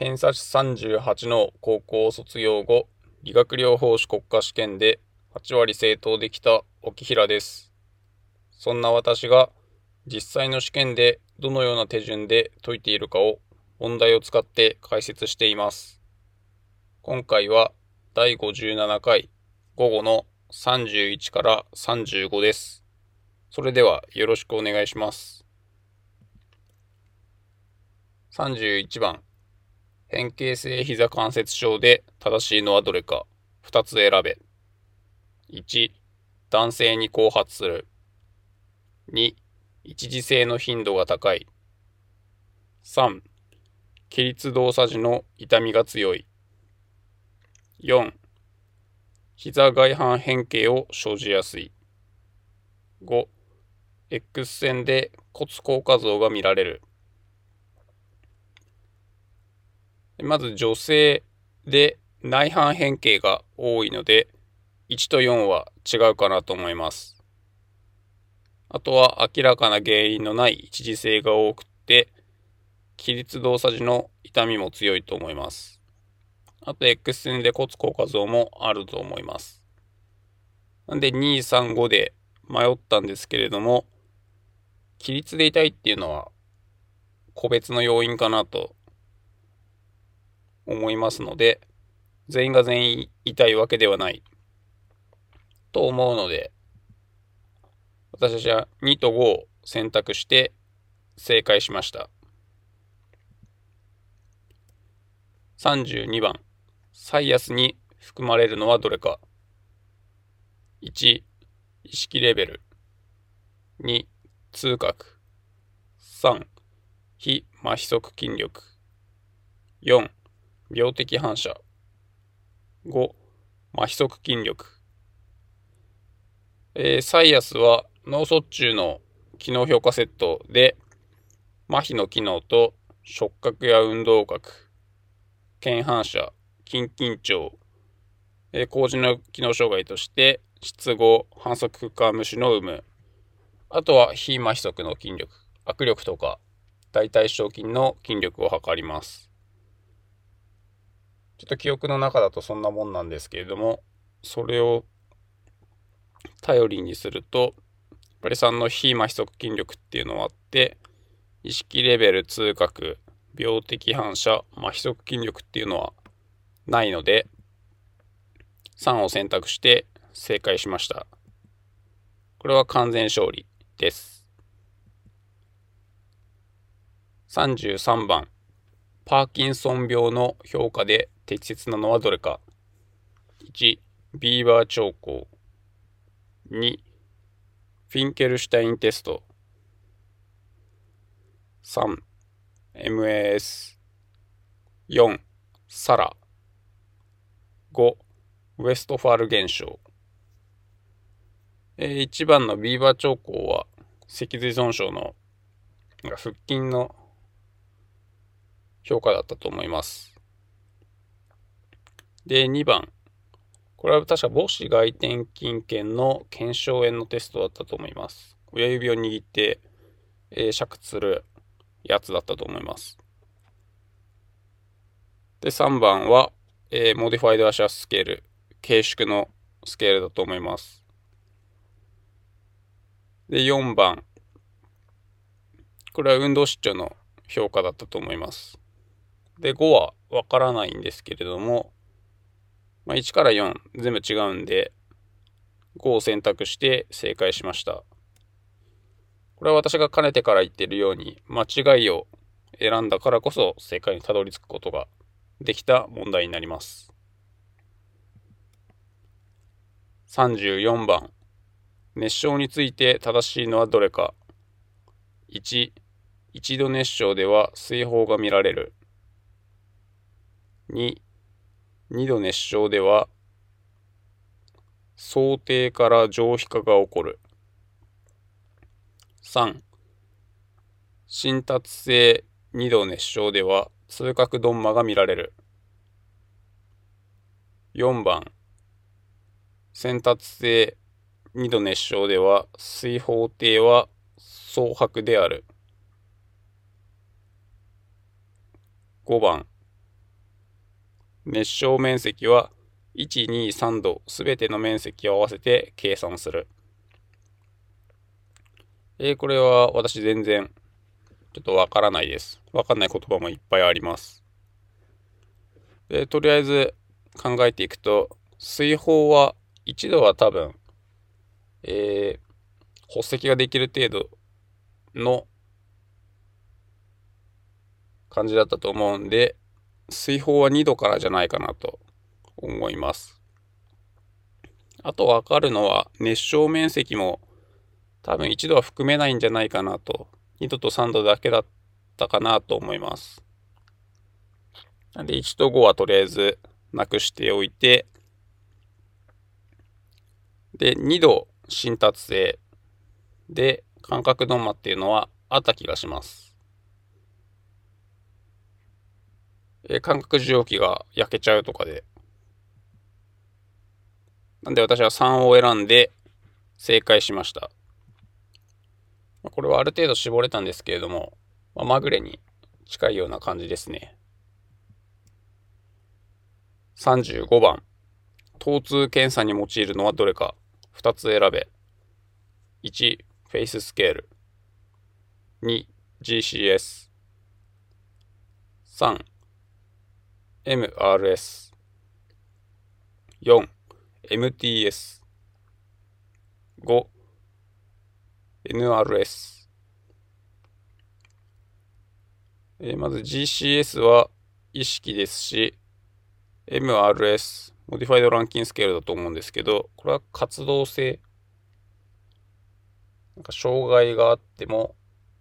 偏差値38の高校を卒業後、理学療法士国家試験で8割正答できた沖平です。そんな私が実際の試験でどのような手順で解いているかを問題を使って解説しています。今回は第57回午後の31から35です。それではよろしくお願いします。31番。変形性膝関節症で正しいのはどれか2つ選べ。1、男性に後発する。2、一時性の頻度が高い。3、起立動作時の痛みが強い。4、膝外反変形を生じやすい。5、X 線で骨硬化像が見られる。まず女性で内反変形が多いので、1と4は違うかなと思います。あとは明らかな原因のない一時性が多くて、起立動作時の痛みも強いと思います。あと X 線で骨硬化像もあると思います。なんで2、3、5で迷ったんですけれども、起立で痛いっていうのは個別の要因かなと思いますので、全員が全員痛いわけではないと思うので、私たちは2と5を選択して正解しました。32番。サイアスに含まれるのはどれか。1、意識レベル。2、痛覚。3、非麻痺側筋力。4、病的反射。5、麻痺側筋力。サイアスは脳卒中の機能評価セットで、麻痺の機能と触覚や運動覚、腱反射、筋緊張、高次の機能障害として失語、反則負荷無視の有無、あとは非麻痺側の筋力、握力とか大腿四頭筋の筋力を測ります。ちょっと記憶の中だとそんなもんなんですけれども、それを頼りにすると、やっぱり3の非麻痺側筋力っていうのはあって、意識レベル、痛覚、病的反射、麻痺側筋力っていうのはないので、3を選択して正解しました。これは完全勝利です。33番。パーキンソン病の評価で適切なのはどれか。1、ビーバー兆候。2、フィンケルシュタインテスト。3、MAS。4、サラ。5、ウエストファール現象。1番のビーバー兆候は脊髄損傷の腹筋の評価だったと思います。で、2番。これは確か母子外転筋腱の腱鞘炎のテストだったと思います。親指を握って、煮沸するやつだったと思います。で、3番は、モディファイドアシャススケール、軽縮のスケールだと思います。で、4番。これは運動失調の評価だったと思います。で、5はわからないんですけれども、1から4全部違うんで、5を選択して正解しました。これは私がかねてから言っているように、間違いを選んだからこそ正解にたどり着くことができた問題になります。34番。熱傷について正しいのはどれか。1、一度熱傷では水疱が見られる。2、二度熱傷では想定から上皮化が起こる。3、浸達性二度熱傷では痛覚ドンマが見られる。4番、先達性二度熱傷では水疱底は蒼白である。5番、 熱傷面積は1、2、3度すべての面積を合わせて計算する。これは私全然ちょっとわからないです。わかんない言葉もいっぱいあります。とりあえず考えていくと、水泡は一度は多分、発石ができる程度の感じだったと思うんで、水泡は2度からじゃないかなと思います。あとわかるのは熱傷面積も多分1度は含めないんじゃないかなと、2度と3度だけだったかなと思います。なんで1と5はとりあえずなくしておいて、で2度浸達性で感覚ノンマっていうのはあった気がします。感覚受容器が焼けちゃうとかで。なんで私は3を選んで正解しました。これはある程度絞れたんですけれども、まぐれに近いような感じですね。35番。疼痛検査に用いるのはどれか。2つ選べ。1、フェイススケール。2、GCS。3、MRS。4、MTS。5、NRS。まず GCS は意識ですし、MRS、モディファイドランキンスケールだと思うんですけど、これは活動性。なんか障害があっても、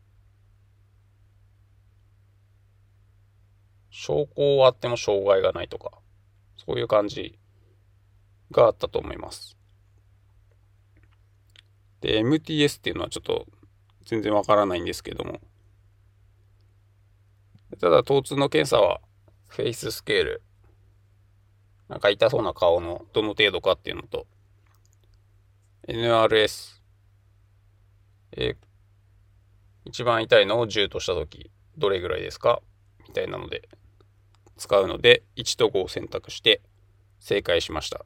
症候はあっても障害がないとか、そういう感じがあったと思います。で、MTS っていうのはちょっと全然わからないんですけども、ただ疼痛の検査はフェイススケール、なんか痛そうな顔のどの程度かっていうのと、NRS、一番痛いのを10としたとき、どれぐらいですかみたいなので、使うので、1と5を選択して正解しました。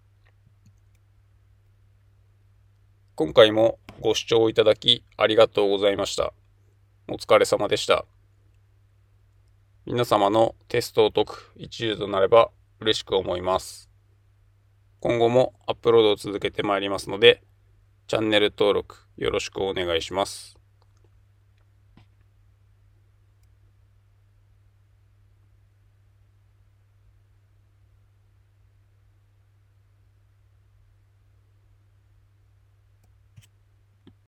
今回もご視聴いただきありがとうございました。お疲れ様でした。皆様のテストを解く一助となれば嬉しく思います。今後もアップロードを続けてまいりますので、チャンネル登録よろしくお願いします。